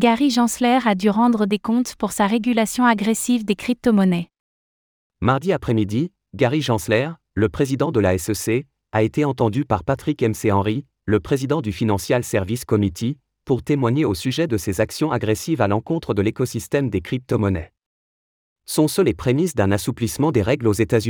Gary Gensler a dû rendre des comptes pour sa régulation agressive des crypto-monnaies. Mardi après-midi, Gary Gensler, le président de la SEC, a été entendu par Patrick MC-Henry, le président du Financial Services Committee, pour témoigner au sujet de ses actions agressives à l'encontre de l'écosystème des crypto-monnaies. Sont-ce les prémices d'un assouplissement des règles aux États-Unis ?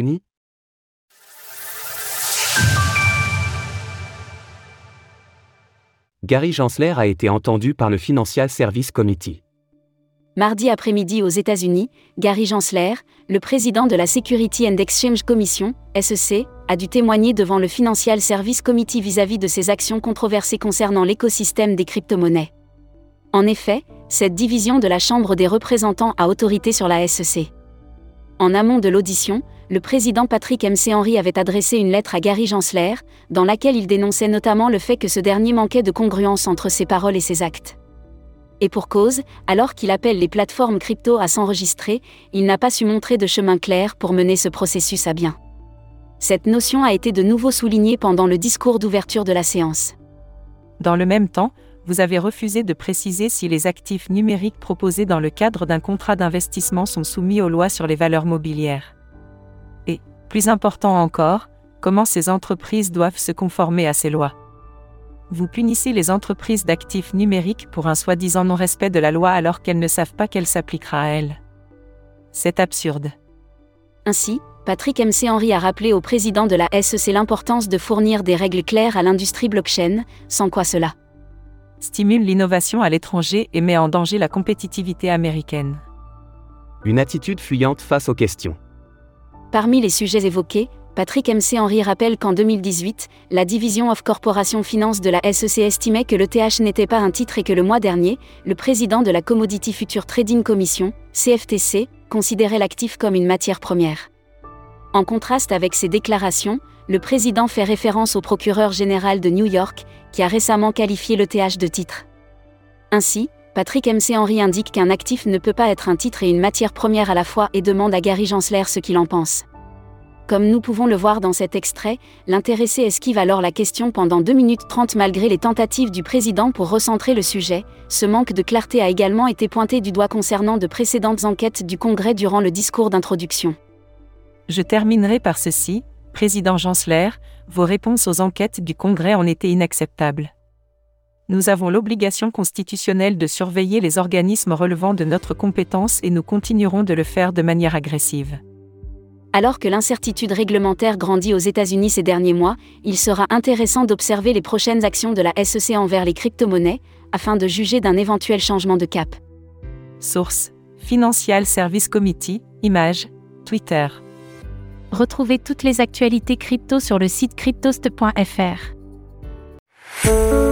Gary Gensler a été entendu par le Financial Services Committee. Mardi après-midi aux États-Unis, Gary Gensler, le président de la Security and Exchange Commission, SEC, a dû témoigner devant le Financial Services Committee vis-à-vis de ses actions controversées concernant l'écosystème des crypto-monnaies. En effet, cette division de la Chambre des représentants a autorité sur la SEC. En amont de l'audition, le président Patrick MC-Henry avait adressé une lettre à Gary Gensler, dans laquelle il dénonçait notamment le fait que ce dernier manquait de congruence entre ses paroles et ses actes. Et pour cause, alors qu'il appelle les plateformes crypto à s'enregistrer, il n'a pas su montrer de chemin clair pour mener ce processus à bien. Cette notion a été de nouveau soulignée pendant le discours d'ouverture de la séance. Dans le même temps, vous avez refusé de préciser si les actifs numériques proposés dans le cadre d'un contrat d'investissement sont soumis aux lois sur les valeurs mobilières. Et, plus important encore, comment ces entreprises doivent se conformer à ces lois. Vous punissez les entreprises d'actifs numériques pour un soi-disant non-respect de la loi alors qu'elles ne savent pas qu'elle s'appliquera à elles. C'est absurde. Ainsi, Patrick MC-Henry a rappelé au président de la SEC l'importance de fournir des règles claires à l'industrie blockchain, sans quoi cela stimule l'innovation à l'étranger et met en danger la compétitivité américaine. Une attitude fuyante face aux questions. Parmi les sujets évoqués, Patrick MC-Henry rappelle qu'en 2018, la division of Corporation Finance de la SEC estimait que l'ETH n'était pas un titre et que le mois dernier, le président de la Commodity Futures Trading Commission, CFTC, considérait l'actif comme une matière première. En contraste avec ces déclarations, le président fait référence au procureur général de New York, qui a récemment qualifié l'ETH de titre. Ainsi, Patrick MC-Henry indique qu'un actif ne peut pas être un titre et une matière première à la fois et demande à Gary Gensler ce qu'il en pense. Comme nous pouvons le voir dans cet extrait, l'intéressé esquive alors la question pendant 2 minutes 30 malgré les tentatives du président pour recentrer le sujet. Ce manque de clarté a également été pointé du doigt concernant de précédentes enquêtes du Congrès durant le discours d'introduction. Je terminerai par ceci, Président Gensler, vos réponses aux enquêtes du Congrès ont été inacceptables. Nous avons l'obligation constitutionnelle de surveiller les organismes relevant de notre compétence et nous continuerons de le faire de manière agressive. Alors que l'incertitude réglementaire grandit aux États-Unis ces derniers mois, il sera intéressant d'observer les prochaines actions de la SEC envers les crypto-monnaies, afin de juger d'un éventuel changement de cap. Source: Financial Services Committee, image, Twitter. Retrouvez toutes les actualités crypto sur le site cryptost.fr.